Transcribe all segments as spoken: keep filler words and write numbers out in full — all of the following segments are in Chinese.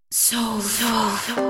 So so。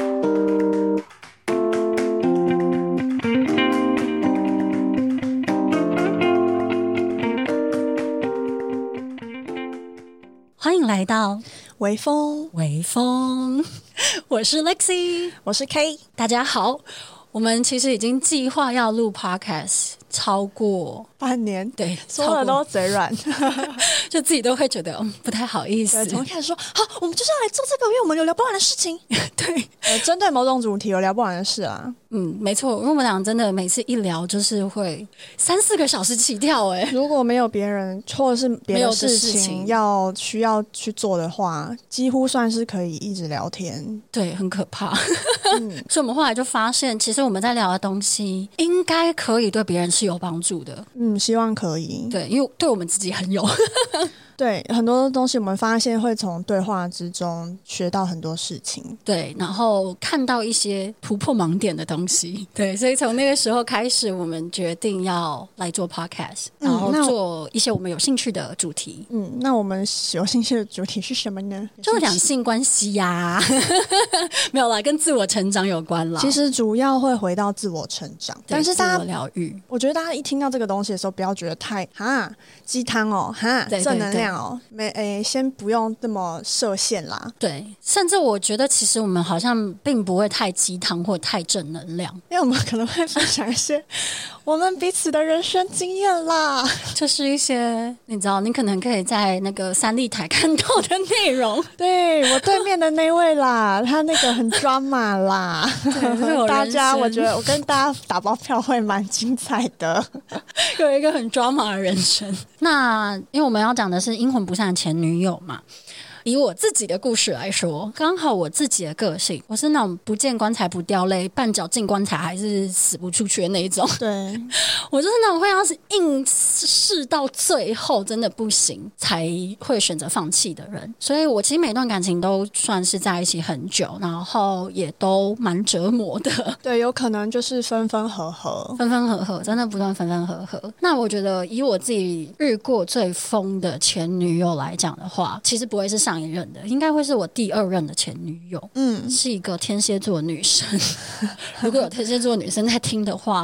欢迎来到微风， 微风，我是 Lexi， 我是 K， 大家好。我们其实已经计划要录 podcast 超过半年， 对， 说了都嘴软， 就自己都会觉得嗯不太好意思。 对，从开始说好，我们就是要来做这个，因为我们有聊不完的事情。 对， 呃，针对某种主题有聊不完的事啊。 嗯，没错，因为我们俩真的每次一聊就是会三四个小时起跳哎、欸。 如果没有别人或者是别的事情要需要去做的话，几乎算是可以一直聊天。 对，很可怕。嗯、所以我们后来就发现，其实我们在聊的东西应该可以对别人是有帮助的。 嗯，希望可以。 对，因为对我们自己很有。 对，很多东西我们发现会从对话之中学到很多事情。 对，然后看到一些突破盲点的东西。对，所以从那个时候开始，我们决定要来做 podcast，、嗯、然后做一些我们有兴趣的主题。 嗯，那我们有兴趣的主题是什么呢？ 就两性关系呀、啊，没有啦，跟自我成长有关啦。 其实主要会回到自我成长，但是大家自我疗愈， 我觉得大家一听到这个东西的时候，不要觉得太哈鸡汤哦，哈正能量。没诶，先不用这么设限啦。 对，甚至我觉得其实我们好像并不会太鸡汤或太正能量， 因为我们可能会分享一些我们彼此的人生经验啦， 就是一些你知道，你可能可以在那个三立台看到的内容。 对，我对面的那位啦，他那个很 drama 啦， 对， 大家我觉得我跟大家打包票会蛮精彩的， 有一个很 drama 的人生。那因为我们要讲的是阴魂不散的前女友嘛，以我自己的故事来说，刚好我自己的个性，我是那种不见棺材不掉泪，绊脚进棺材还是死不出去的那一种。 对， 我就是那种会要是硬试到最后真的不行才会选择放弃的人，所以我其实每段感情都算是在一起很久，然后也都蛮折磨的。 对，有可能就是分分合合， 分分合合，真的不断分分合合。那我觉得以我自己遇过最疯的前女友来讲的话，其实不会是上一任的，应该会是我第二任的前女友。嗯，是一个天蝎座女生。如果有天蝎座女生在听的话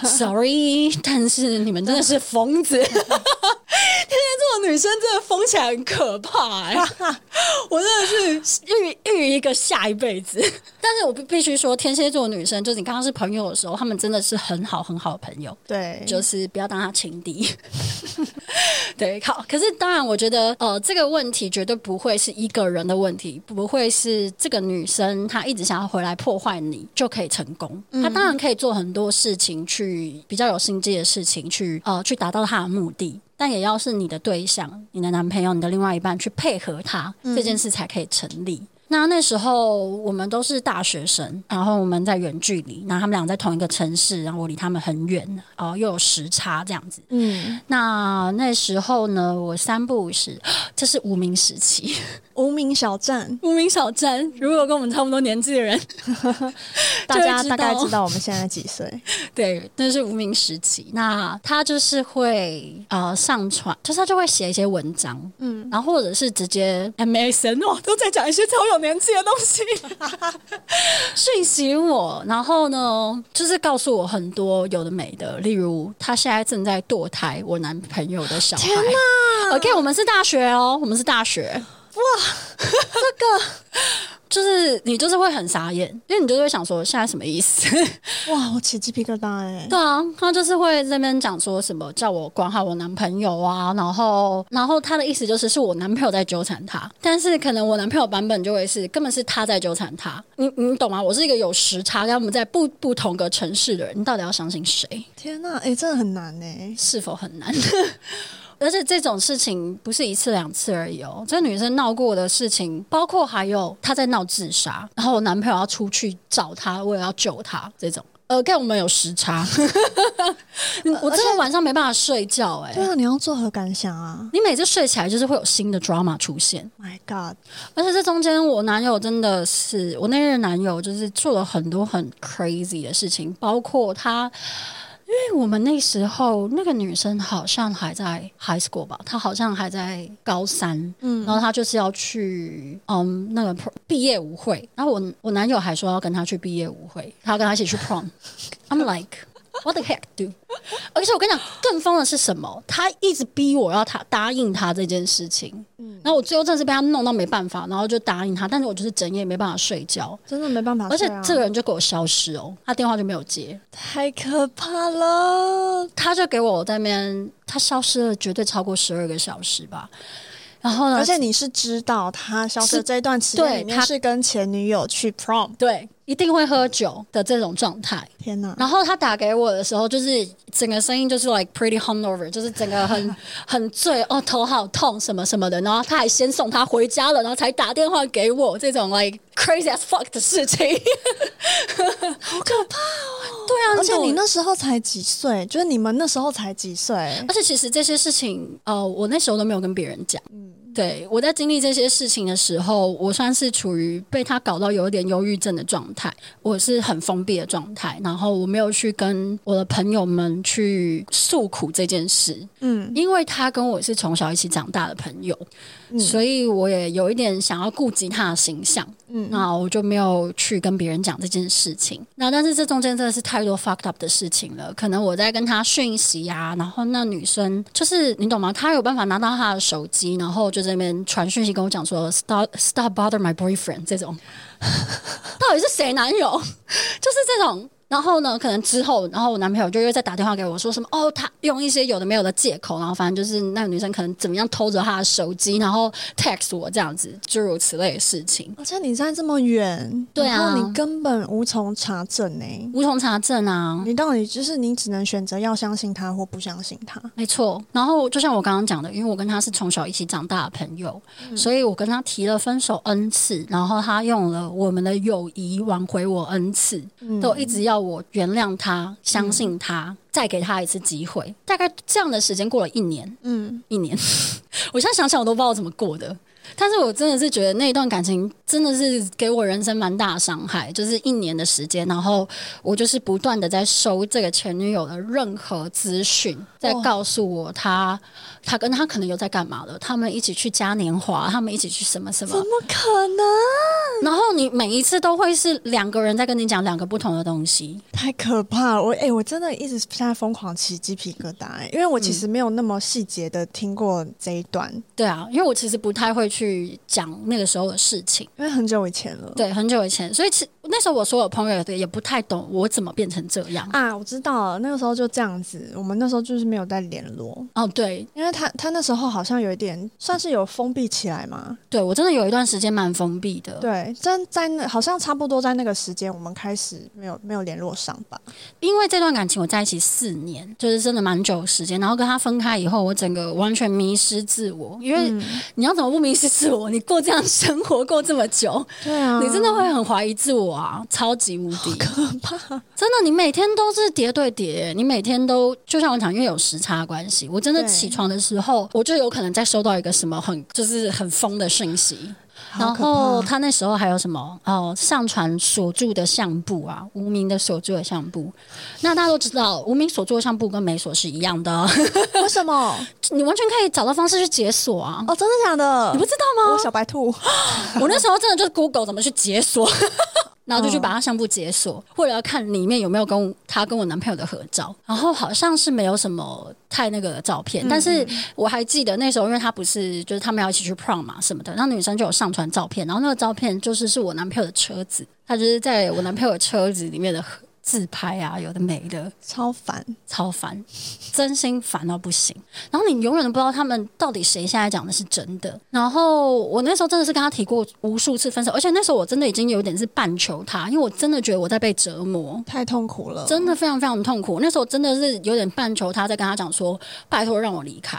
，sorry， 但是你们真的是疯子。天蝎座女生真的疯起来很可怕哎、欸！我真的是遇遇一个下一辈子。但是我必须说，天蝎座女生就是你刚刚是朋友的时候，她们真的是很好很好的朋友。 对， 就是不要当她情敌。对，好。可是当然，我觉得呃，这个问题绝对不会是一个人的问题，不会是这个女生她一直想要回来破坏你就可以成功。她当然可以做很多事情，去比较有心机的事情，去呃去达到她的目的。但也要是你的对象、你的男朋友、你的另外一半去配合他，嗯、这件事才可以成立。那那时候我们都是大学生，然后我们在远距离，然后他们俩在同一个城市，然后我离他们很远，哦，又有时差这样子。嗯，那那时候呢，我三不五时，这是无名时期， 无名小站， 无名小站。如果跟我们差不多年纪的人， 大家大概知道我们现在几岁。 对，那是无名时期。那他就是会呃上传，就是他就会写一些文章，嗯，然后或者是直接 M S N 哦，都在讲一些超有年纪的东西，讯息我，然后呢，就是告诉我很多有的没的，例如他现在正在堕胎我男朋友的小孩。 天哪 ！OK， 我们是大学哦，我们是大学。 哇，这个就是你就是会很傻眼，因为你就会想说现在什么意思？ 哇，我起鸡皮疙瘩哎！ 对啊，他就是会在那边讲说什么叫我管好我男朋友啊，然后然后他的意思就是是我男朋友在纠缠他，但是可能我男朋友版本就会是根本是他在纠缠他，你你懂吗？我是一个有时差跟我们在不不同个城市的人，你到底要相信谁？ 天哪，哎，真的很难哎， 是否很难？而且这种事情不是一次两次而已哦，这女生闹过的事情，包括还有她在闹自杀，然后我男朋友要出去找她，为了要救她这种。呃，看我们有时差，我真的晚上没办法睡觉哎、欸。 对啊，你要作何感想啊？ 你每次睡起来就是会有新的 drama 出现。 My God！ 而且这中间我男友真的是，我那任男友就是做了很多很 crazy 的事情，包括他。 因为我们那时候那个女生好像还在 high school 吧，她好像还在高三，嗯，然后她就是要去嗯那个毕业舞会，然后我我男友还说要跟她去毕业舞会，他要跟她一起去 prom I'm like what the heck dude 而且我跟你讲更疯的是什么，他一直逼我要他答应他这件事情，嗯，然后我最后真的是被他弄到没办法，然后就答应他，但是我就是整夜没办法睡觉， 真的没办法睡、啊、 而且这个人就给我消失哦，他电话就没有接， 太可怕了， 他就给我在那边，他消失了绝对超过十二个小时吧。然后呢？ 而且你是知道他消失这一段期间里面是跟前女友去 prom， 对，一定会喝酒的这种状态。 天哪！ 然后他打给我的时候，就是整个声音就是 like pretty hungover， 就是整个很很醉哦，头好痛什么什么的。然后他还先送他回家了，然后才打电话给我，这种 like crazy as fuck 的事情， 好可怕哦！ 对啊， 而且你那时候才几岁，就是你们那时候才几岁， 而且其实这些事情，呃，我那时候都没有跟别人讲。嗯。对，我在经历这些事情的时候，我算是处于被他搞到有一点忧郁症的状态，我是很封闭的状态，然后我没有去跟我的朋友们去诉苦这件事，嗯，因为他跟我是从小一起长大的朋友，嗯，所以我也有一点想要顾及他的形象，嗯，那我就没有去跟别人讲这件事情。那但是这中间真的是太多 fucked up 的事情了，可能我在跟他讯息啊，然后那女生就是你懂吗？她有办法拿到他的手机，然后就在那边传讯息跟我讲说 stop stop bother my boyfriend 这种，到底是谁男友？就是这种。然后呢，可能之后，然后我男朋友就又再打电话给我说什么哦，他用一些有的没有的借口，然后反正就是那个女生可能怎么样偷着他的手机，然后 text 我这样子，诸如此类的事情。 而且你在这么远， 对啊， 然后你根本无从查证呢、欸， 无从查证啊！ 你到底就是你只能选择要相信他或不相信他， 没错。然后就像我刚刚讲的，因为我跟他是从小一起长大的朋友，嗯、所以我跟他提了分手 N 次，然后他用了我们的友谊挽回我 N 次，嗯、都一直要我原谅他，相信他，嗯、再给他一次机会。大概这样的时间过了一年，嗯，一年，我现在想想我都不知道怎么过的。但是我真的是觉得那一段感情真的是给我人生蛮大的伤害，就是一年的时间，然后我就是不断的在收这个前女友的任何资讯，在告诉我他他跟他可能有在干嘛了，他们一起去嘉年华，他们一起去什么什么， 怎么可能？ 然后你每一次都会是两个人在跟你讲两个不同的东西， 太可怕了！我哎、欸，我真的一直现在疯狂起鸡皮疙瘩、欸，因为我其实没有那么细节的听过这一段、嗯。对啊，因为我其实不太会去讲那个时候的事情， 因为很久以前了。 对，很久以前，所以其那时候我所有朋友也不太懂我怎么变成这样啊。我知道了，那个时候就这样子，我们那时候就是没有在联络。 哦，对， 因为他他那时候好像有一点算是有封闭起来嘛。 对，我真的有一段时间蛮封闭的。 对，在在那好像差不多在那个时间，我们开始没有没有联络上吧。 因为这段感情我在一起四年，就是真的蛮久的时间。然后跟他分开以后，我整个完全迷失自我。因为你要怎么不迷失自我？你过这样生活过这么久， 对啊， 你真的会很怀疑自我啊，超级无敌可怕！ 真的，你每天都是叠对叠，你每天都就像我讲，因为有时差的关系，我真的起床的时候，我就有可能在收到一个什么很就是很疯的讯息。然后他那时候还有什么哦，上传锁住的相簿啊，无名的锁住的相簿。那大家都知道，无名锁住的相簿跟没锁是一样的。 为什么？ 你完全可以找到方式去解锁啊！ 哦，真的假的？ 你不知道吗？ 我小白兔， 我那时候真的就是 Google 怎么去解锁。然后就去把他相簿解锁，为了要看里面有没有跟他跟我男朋友的合照，然后好像是没有什么太那个照片，嗯、但是我还记得那时候，因为他不是就是他们要一起去 prom 嘛什么的，然后女生就有上传照片，然后那个照片就是是我男朋友的车子，他就是在我男朋友的车子里面的自拍啊，有的没的， 超烦， 超烦，真心烦到不行。然后你永远都不知道他们到底谁现在讲的是真的。然后我那时候真的是跟他提过无数次分手，而且那时候我真的已经有点是半求他，因为我真的觉得我在被折磨， 太痛苦了， 真的非常非常痛苦。那时候真的是有点半求他，在跟他讲说，拜托让我离开。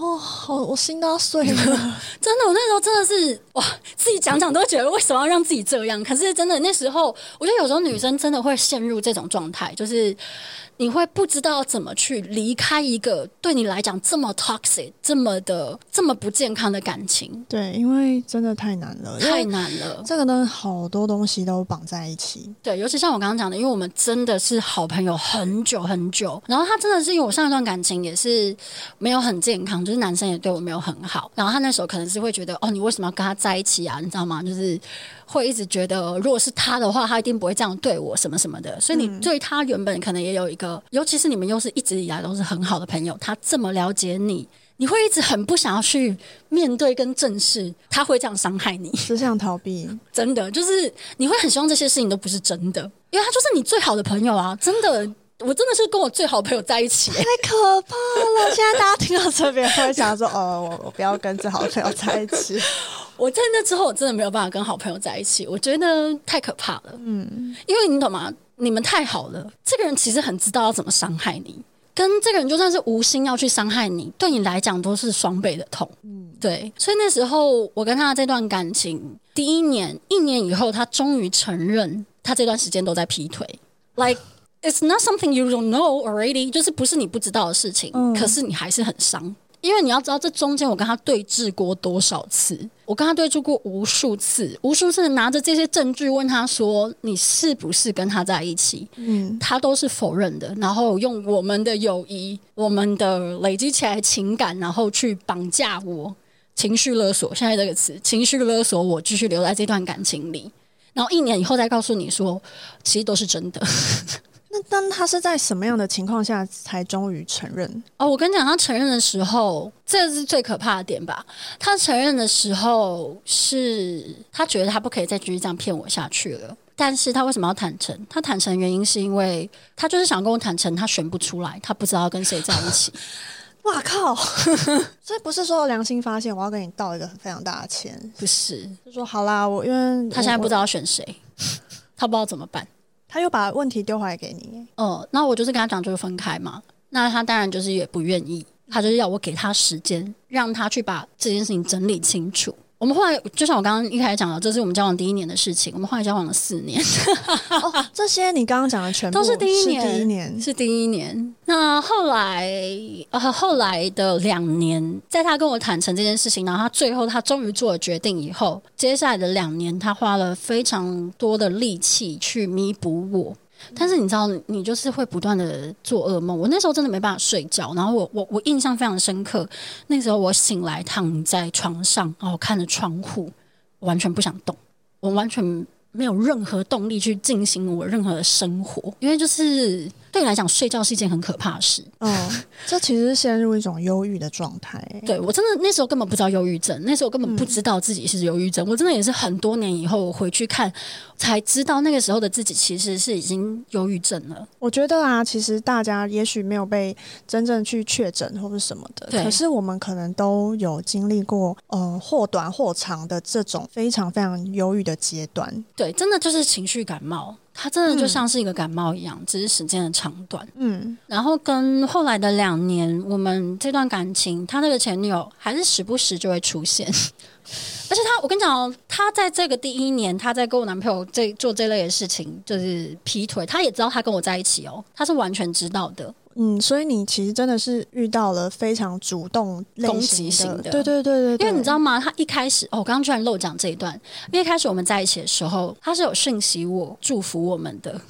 哦，好，我心都要碎了。 真的，我那时候真的是哇，自己讲讲都觉得为什么要让自己这样？可是真的那时候，我觉得有时候女生真的会陷入这种状态，就是你会不知道怎么去离开一个对你来讲这么 toxic、这么的、这么不健康的感情。 对，因为真的太难了， 太难了。 这个呢，好多东西都绑在一起。 对，尤其像我刚刚讲的，因为我们真的是好朋友很久很久，然后他真的是因为我上一段感情也是没有很健康，就是男生也对我没有很好，然后他那时候可能是会觉得，哦，你为什么要跟他在一起啊？你知道吗？就是会一直觉得，如果是他的话，他一定不会这样对我，什么什么的。所以你对他原本可能也有一个，尤其是你们又是一直以来都是很好的朋友，他这么了解你。你会一直很不想要去面对跟正视他会这样伤害你， 只想逃避。 真的就是你会很希望这些事情都不是真的，因为他就是你最好的朋友啊！真的，我真的是跟我最好的朋友在一起、欸， 太可怕了！现在大家听到这边会想说：“哦，我我不要跟最好的朋友在一起。” 我在那之后，我真的没有办法跟好朋友在一起，我觉得太可怕了。嗯，因为你懂吗？你们太好了，这个人其实很知道要怎么伤害你。跟这个人就算是无心要去伤害你，对你来讲都是双倍的痛。嗯，对，所以那时候我跟他这段感情，第一年一年以后，他终于承认他这段时间都在劈腿。Like it's not something you don't know already， 就是不是你不知道的事情，嗯、可是你还是很伤。因为你要知道，这中间我跟他对峙过多少次？我跟他对峙过无数次，无数次拿着这些证据问他说：“你是不是跟他在一起？”嗯，他都是否认的，然后用我们的友谊、我们的累积起来的情感，然后去绑架我，情绪勒索。现在这个词，情绪勒索我，继续留在这段感情里。然后一年以后再告诉你说，其实都是真的。 那但他是在什么样的情况下才终于承认？ 哦，我跟你讲，他承认的时候，这是最可怕的点吧。他承认的时候是他觉得他不可以再继续这样骗我下去了。但是他为什么要坦诚？他坦诚的原因是因为他就是想跟我坦诚，他选不出来，他不知道跟谁在一起。 哇靠！所以不是说良心发现，我要跟你道一个非常大的歉， 不是， 就说好啦，我因为他现在不知道要选谁，他不知道怎么办。 他又把问题丢回来给你， 哦，那我就是跟他讲就是分开嘛，那他当然就是也不愿意，他就是要我给他时间，让他去把这件事情整理清楚。我们后来就像我刚刚一开始讲的，这是我们交往第一年的事情，我们后来交往了四年。 哦，这些你刚刚讲的全部都是第一年， 是第一年， 是第一年。那后来呃，后来的两年，在他跟我坦诚这件事情，然后他最后他终于做了决定以后，接下来的两年，他花了非常多的力气去弥补我。但是你知道，你就是会不断的做噩梦。我那时候真的没办法睡觉，然后我我我印象非常深刻。那时候我醒来躺在床上，然后看着窗户，我完全不想动，我完全没有任何动力去进行我任何的生活，因为就是对你来讲，睡觉是一件很可怕的事。 哦，这其实是陷入一种忧郁的状态。 对，我真的那时候根本不知道忧郁症，那时候根本不知道自己是忧郁症、嗯、我真的也是很多年以后我回去看才知道，那个时候的自己其实是已经忧郁症了。 我觉得啊，其实大家也许没有被真正去确诊或是什么的，可是我们可能都有经历过呃或短或长的这种非常非常忧郁的阶段。 对，真的就是情绪感冒，它真的就像是一个感冒一样、嗯、只是时间的长短。嗯，然后跟后来的两年，我们这段感情，他那个前女友还是时不时就会出现。而且他，我跟你讲哦，他在这个第一年，他在跟我男朋友这做这类的事情，就是劈腿，他也知道他跟我在一起哦，他是完全知道的。 嗯，所以你其实真的是遇到了非常主动类型的攻击型的， 对对对 对, 对， 因为你知道吗？他一开始，哦，我刚刚居然漏讲这一段，因为一开始我们在一起的时候，他是有讯息我、祝福我们的。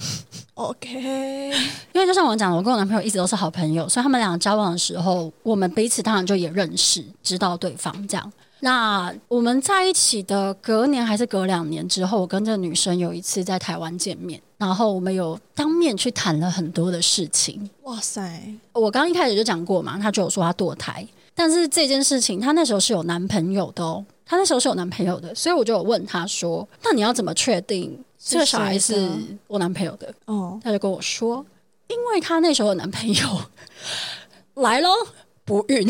OK， 因为就像我讲的，我跟我男朋友一直都是好朋友，所以他们两个交往的时候，我们彼此当然就也认识，知道对方这样。那我们在一起的隔年还是隔两年之后，我跟这个女生有一次在台湾见面，然后我们有当面去谈了很多的事情。 哇塞！ 我刚刚一开始就讲过嘛，她就有说她堕胎，但是这件事情她那时候是有男朋友的哦，她那时候是有男朋友的，所以我就有问她说：“那你要怎么确定这个小孩是我男朋友的？”哦，她就跟我说：“因为她那时候有男朋友来咯，不孕。”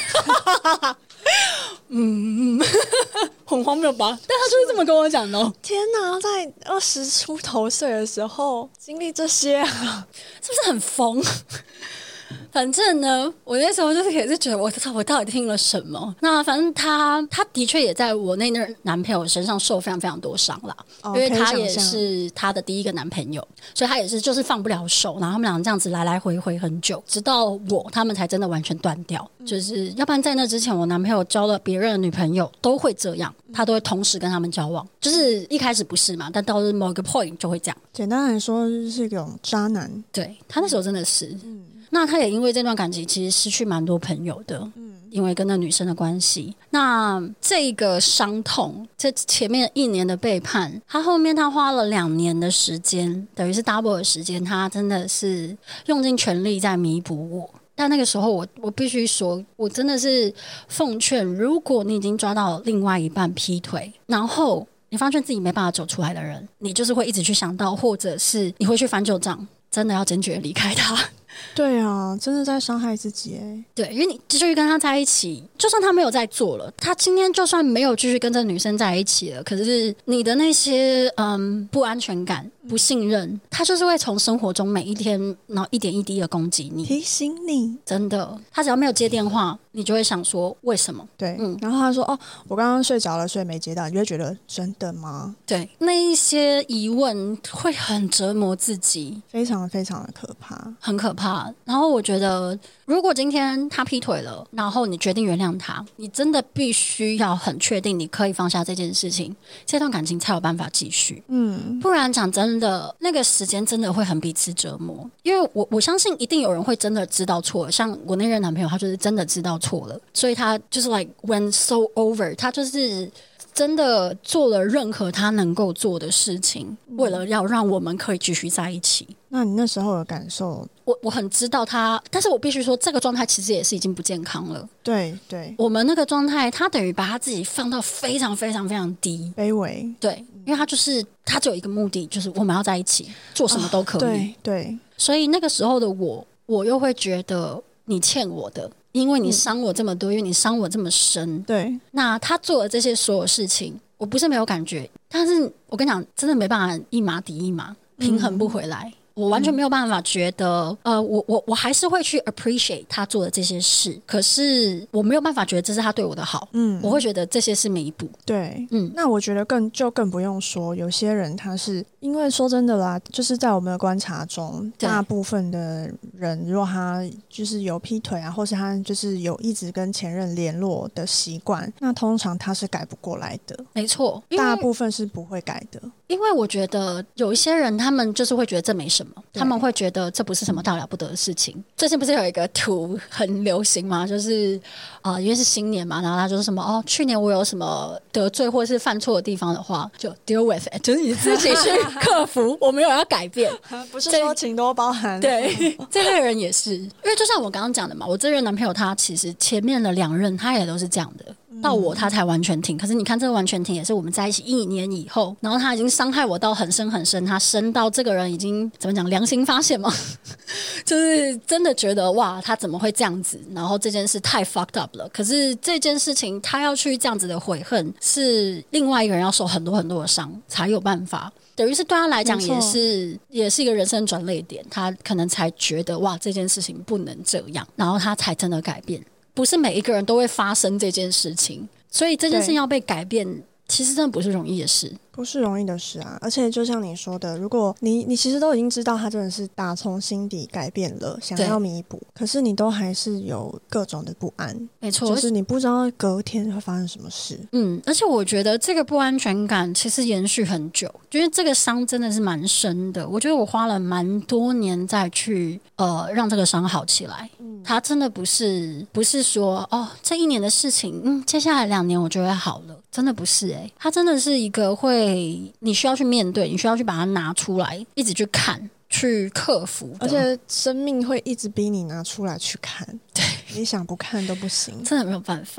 嗯，很荒谬吧？但他就是这么跟我讲的、哦。 天哪，在二十出头岁的时候经历这些啊， 是不是很疯？ 反正呢，我那时候就是也是觉得我我到底听了什么？那反正他他的确也在我那任男朋友身上受非常非常多伤啦，哦、因为他也是他的第一个男朋友，所以他也是就是放不了手，然后他们俩这样子来来回回很久，直到我他们才真的完全断掉。嗯、就是要不然在那之前，我男朋友交了别人的女朋友都会这样，他都会同时跟他们交往。就是一开始不是嘛，但到某一个 point 就会这样。 简单来说，是一种渣男。 对，他那时候真的是。嗯，那他也因为这段感情其实失去蛮多朋友的，嗯，因为跟那女生的关系。那这个伤痛，这前面一年的背叛，他后面他花了两年的时间，等于是 double 的时间，他真的是用尽全力在弥补我。但那个时候我我必须说，我真的是奉劝，如果你已经抓到另外一半劈腿，然后你发现自己没办法走出来的人，你就是会一直去想到，或者是你会去翻旧账，真的要坚决离开他。 对啊，真的在伤害自己耶。 对，因为你继续跟他在一起，就算他没有在做了，他今天就算没有继续跟这女生在一起了，可是你的那些嗯不安全感、不信任，他就是会从生活中每一天，然后一点一滴的攻击你， 提醒你。真的，他只要没有接电话，你就会想说为什么？ 对，嗯，然后他说哦，我刚刚睡着了，所以没接到，你就会觉得真的吗？ 对，那一些疑问会很折磨自己， 非常非常的可怕， 很可怕。然后我觉得，如果今天他劈腿了，然后你决定原谅他，你真的必须要很确定你可以放下这件事情，这段感情才有办法继续。嗯，不然讲真的，那个时间真的会很彼此折磨。因为我我相信一定有人会真的知道错了，像我那任男朋友，他就是真的知道错了，所以他就是 like went so over， 他就是真的做了任何他能够做的事情，为了要让我们可以继续在一起。 那你那时候的感受？ 我我很知道他，但是我必须说，这个状态其实也是已经不健康了。 对对， 我们那个状态，他等于把他自己放到非常非常非常低， 卑微。 对，因为他就是他只有一个目的，就是我们要在一起，做什么都可以。哦、 对对， 所以那个时候的我，我又会觉得你欠我的。因为你伤我这么多，因为你伤我这么深，对，那他做的这些所有事情，我不是没有感觉，但是我跟你讲，真的没办法一码抵一码，平衡不回来。嗯，我完全没有办法觉得，呃，我我我还是会去 appreciate 他做的这些事，可是我没有办法觉得这是他对我的好，嗯，我会觉得这些是弥补。 对，嗯，那我觉得更就更不用说，有些人他是因为说真的啦，就是在我们的观察中，大部分的人如果他就是有劈腿啊，或是他就是有一直跟前任联络的习惯，那通常他是改不过来的。 没错， 大部分是不会改的。 因为我觉得有一些人他们就是会觉得这没什么，他们会觉得这不是什么大了不得的事情。最近不是有一个图很流行吗？就是呃，因为是新年嘛，然后他就是什么哦，去年我有什么得罪或是犯错的地方的话，就 deal with it， 就是你自己去克服，我没有要改变， 不是说请多包涵。 对，这类人也是，因为就像我刚刚讲的嘛，我这任男朋友他其实前面的两任他也都是这样的。到我他才完全停，可是你看这个完全停也是我们在一起一年以后，然后他已经伤害我到很深很深，他深到这个人已经怎么讲良心发现吗？就是真的觉得哇他怎么会这样子，然后这件事太 fucked up 了，可是这件事情他要去这样子的悔恨，是另外一个人要受很多很多的伤才有办法，等于是对他来讲也是也是一个人生转捩点，他可能才觉得哇这件事情不能这样，然后他才真的改变。不是每一个人都会发生这件事情，所以这件事情要被改变，其实真的不是容易的事。 不是容易的事啊，而且就像你说的，如果你你其实都已经知道他真的是打从心底改变了，想要弥补，可是你都还是有各种的不安。 没错， 就是你不知道隔天会发生什么事。 嗯，而且我觉得这个不安全感其实延续很久，因为这个伤真的是蛮深的。我觉得我花了蛮多年再去呃让这个伤好起来。嗯，它真的不是不是说哦这一年的事情，嗯，接下来两年我就会好了。真的不是欸，它真的是一个会你需要去面对，你需要去把它拿出来，一直去看，去克服的， 而且生命会一直逼你拿出来去看，对，你想不看都不行， 真的没有办法。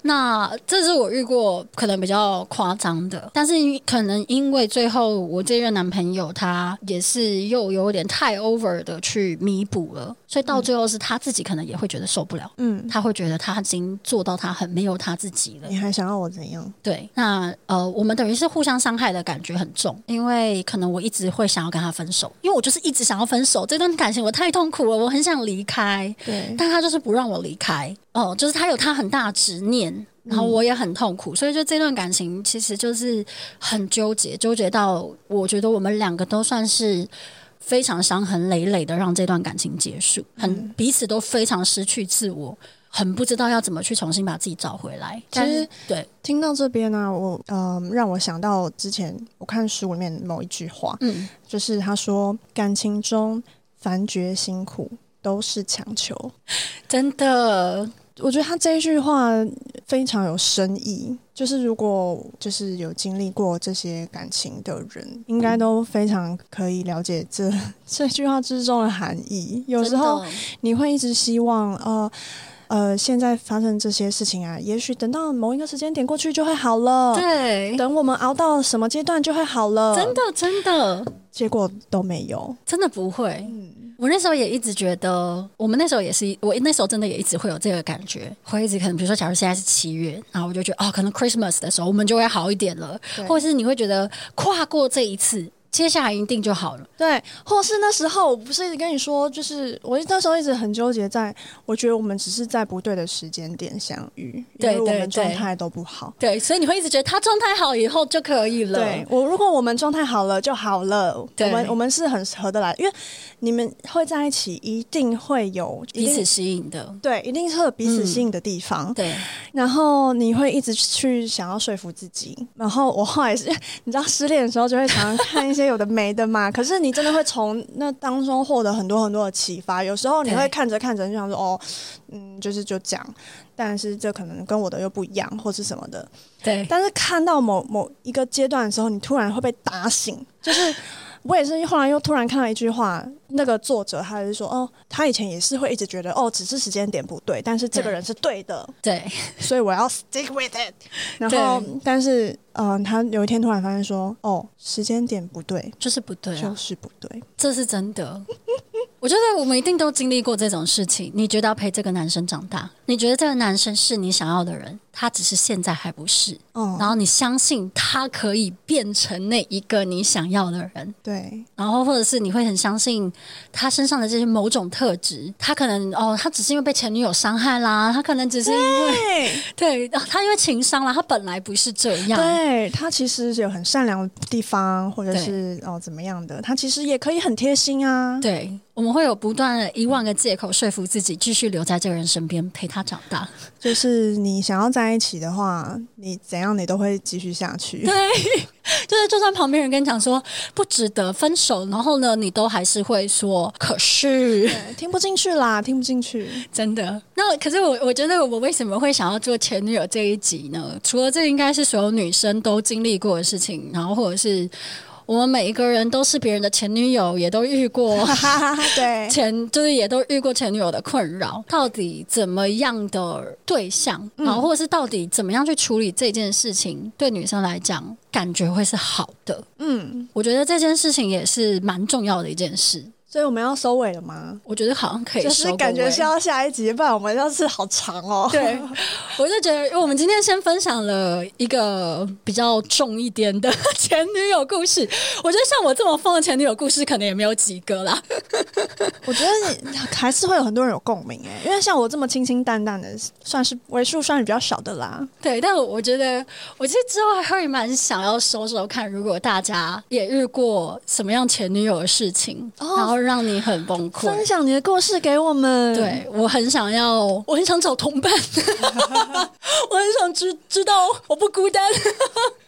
那这是我遇过可能比较夸张的，但是可能因为最后我这任男朋友他也是又有点太 over 的去弥补了，所以到最后是他自己可能也会觉得受不了，嗯，他会觉得他已经做到他很没有他自己了， 你还想要我怎样？ 对，那呃，我们等于是互相伤害的感觉很重，因为可能我一直会想要跟他分手，因为我就是一直想要分手，这段感情我太痛苦了，我很想离开，对，但他就是不让我离开，哦、呃，就是他有他很大的执念。然后我也很痛苦，所以就这段感情其实就是很纠结，纠结到我觉得我们两个都算是非常伤痕累累的让这段感情结束，很彼此都非常失去自我，很不知道要怎么去重新把自己找回来。 其实对， 听到这边呢、啊，我呃让我想到之前我看书里面某一句话，嗯，就是他说感情中凡觉辛苦都是强求， 真的。 我觉得他这一句话非常有深意，就是如果就是有经历过这些感情的人，应该都非常可以了解这这句话之中的含义。有时候你会一直希望呃呃，现在发生这些事情啊，也许等到某一个时间点过去就会好了， 对， 等我们熬到什么阶段就会好了， 真的真的， 结果都没有， 真的不会。嗯，我那时候也一直觉得，我们那时候也是，我那时候真的也一直会有这个感觉，会一直可能，比如说，假如现在是七月，然后我就觉得，哦，可能 Christmas 的时候我们就会好一点了，或者是你会觉得跨过这一次，接下来一定就好了。 对，或是那时候我不是一直跟你说，就是我那时候一直很纠结在，我觉得我们只是在不对的时间点相遇，因为我们状态都不好。 对，对，所以你会一直觉得他状态好以后就可以了。 对，我如果我们状态好了就好了，我们我们是很合得来，因为你们会在一起，一定会有彼此吸引的， 对，一定是有彼此吸引的地方。嗯、 对， 然后你会一直去想要说服自己，然后我后来是，你知道失恋的时候就会常常看一些有的没的嘛，可是你真的会从那当中获得很多很多的启发。有时候你会看着看着就想说，哦，嗯，就是就这样，但是这可能跟我的又不一样，或是什么的。 对， 但是看到某某一个阶段的时候，你突然会被打醒，就是。我也是后来又突然看到一句话，那个作者他是说，哦，他以前也是会一直觉得，哦，只是时间点不对，但是这个人是对的， 对， 所以我要 stick with it。然后，但是，嗯、呃，他有一天突然发现说，哦，时间点不对， 就是不对、啊， 就是不对， 这是真的。我觉得我们一定都经历过这种事情。你觉得要陪这个男生长大，你觉得这个男生是你想要的人，他只是现在还不是。嗯，然后你相信他可以变成那一个你想要的人。 对， 然后或者是你会很相信他身上的这些某种特质，他可能哦，他只是因为被前女友伤害啦，他可能只是因为对，对他因为情伤啦，他本来不是这样。 对，他其实有很善良的地方，或者是哦怎么样的，他其实也可以很贴心啊。 对。我们会有不断的一万个借口说服自己继续留在这个人身边陪他长大， 就是你想要在一起的话，你怎样你都会继续下去。 对，就是就算旁边人跟你讲说不值得分手，然后呢你都还是会说可是听不进去啦，听不进去， 真的。那可是我我觉得我为什么会想要做前女友这一集呢？除了这应该是所有女生都经历过的事情，然后或者是我们每一个人都是别人的前女友，也都遇过对前就是也都遇过前女友的困扰。到底怎么样的对象，然后或者是到底怎么样去处理这件事情，对女生来讲感觉会是好的。嗯，我觉得这件事情也是蛮重要的一件事。 所以我们要收尾了吗？ 我觉得好像可以收尾， 就是感觉是要下一集，不然我们要是好长哦。 对，我就觉得，因为我们今天先分享了一个比较重一点的前女友故事，我觉得像我这么疯的前女友故事，可能也没有几个啦。 我觉得还是会有很多人有共鸣哎，因为像我这么清清淡淡的，算是为数算是比较少的啦。 对，但我觉得，我其实之后还会蛮想要收收看，如果大家也遇过什么样前女友的事情，哦、然后让你很崩溃， 分享你的故事给我们。 对，我很想要，我很想找同伴，我很想知知道我不孤单。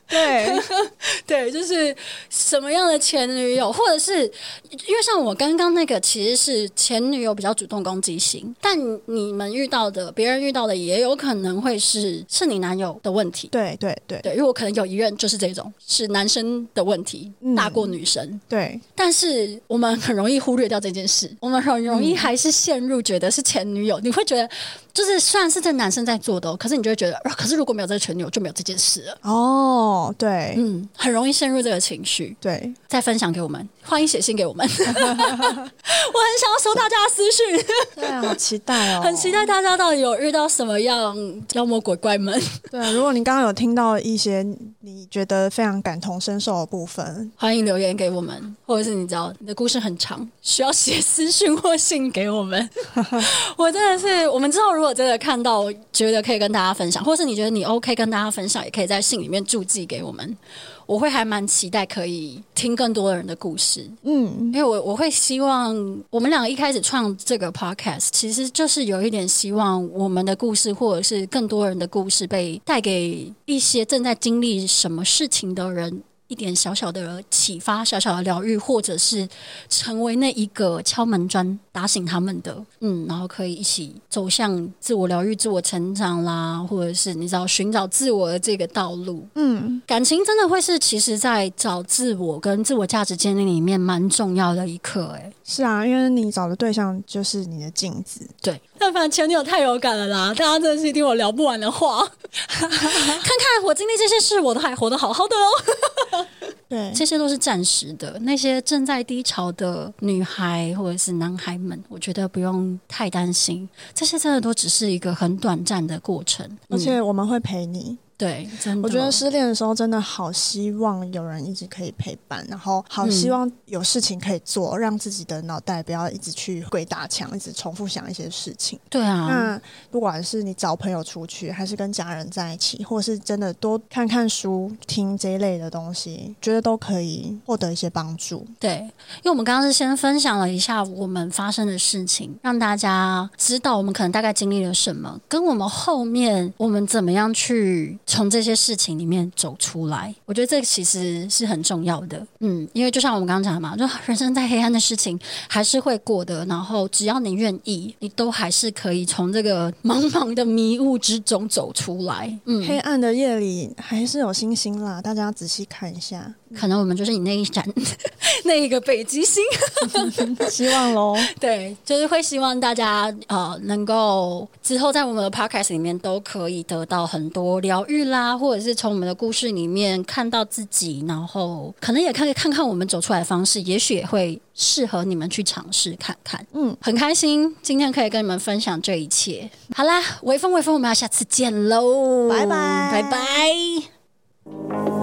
对对，就是什么样的前女友，或者是因为像我刚刚那个其实是前女友比较主动攻击型，但你们遇到的别人遇到的也有可能会是是你男友的问题。 对对对对，因为我可能有一任就是这种是男生的问题、嗯、大过女生。对，但是我们很容易忽略掉这件事，我们很容易还是陷入觉得是前女友、嗯、你会觉得就是虽然是这男生在做的、哦、可是你就会觉得、呃、可是如果没有这个前女友就没有这件事了。 哦，对， 嗯，很容易陷入这个情绪。 对， 再分享给我们，欢迎写信给我们我很想要收大家的私讯对啊，好期待哦， 很期待大家到底有遇到什么样妖魔鬼怪们。 对啊，如果你刚刚有听到一些你觉得非常感同身受的部分， 欢迎留言给我们，或者是你知道你的故事很长需要写私讯或信给我们我真的是我们之后如果真的看到觉得可以跟大家分享，或是你觉得你 OK 跟大家分享，也可以在信里面注记给我们，我会还蛮期待可以听更多的人的故事。嗯，因为我我会希望我们两个一开始创这个 podcast 其实就是有一点希望我们的故事或者是更多人的故事被带给一些正在经历什么事情的人一点小小的启发，小小的疗愈，或者是成为那一个敲门砖打醒他们的，嗯，然后可以一起走向自我疗愈、自我成长啦，或者是你知道寻找自我的这个道路。嗯，感情真的会是其实在找自我跟自我价值建立里面蛮重要的一课。哎， 是啊，因为你找的对象就是你的镜子。 对，但反正前女友太有感了啦，大家真的是听我聊不完的话看看我经历这些事我都还活得好好的哦对，这些都是暂时的，那些正在低潮的女孩或者是男孩们，我觉得不用太担心，这些真的都只是一个很短暂的过程， 而且我们会陪你。 对，真的， 我觉得失恋的时候真的好希望有人一直可以陪伴，然后好希望有事情可以做、嗯、让自己的脑袋不要一直去鬼打墙，一直重复想一些事情。 对啊， 那不管是你找朋友出去还是跟家人在一起，或是真的多看看书听这一类的东西，觉得都可以获得一些帮助。 对，因为我们刚刚是先分享了一下我们发生的事情，让大家知道我们可能大概经历了什么，跟我们后面我们怎么样去从这些事情里面走出来，我觉得这其实是很重要的。嗯，因为就像我们刚刚讲的嘛，就人生在黑暗的事情还是会过的，然后只要你愿意，你都还是可以从这个茫茫的迷雾之中走出来。 嗯，黑暗的夜里还是有星星啦，大家仔细看一下。 可能我们就是你那一盏那一个北极星希望咯。 对，就是会希望大家呃能够之后在我们的 podcast 里面都可以得到很多疗愈啦，或者是从我们的故事里面看到自己，然后可能也可以看看我们走出来的方式，也许也会适合你们去尝试看看。嗯，很开心今天可以跟你们分享这一切。好啦，微风微风，我们要下次见喽， 拜拜拜拜。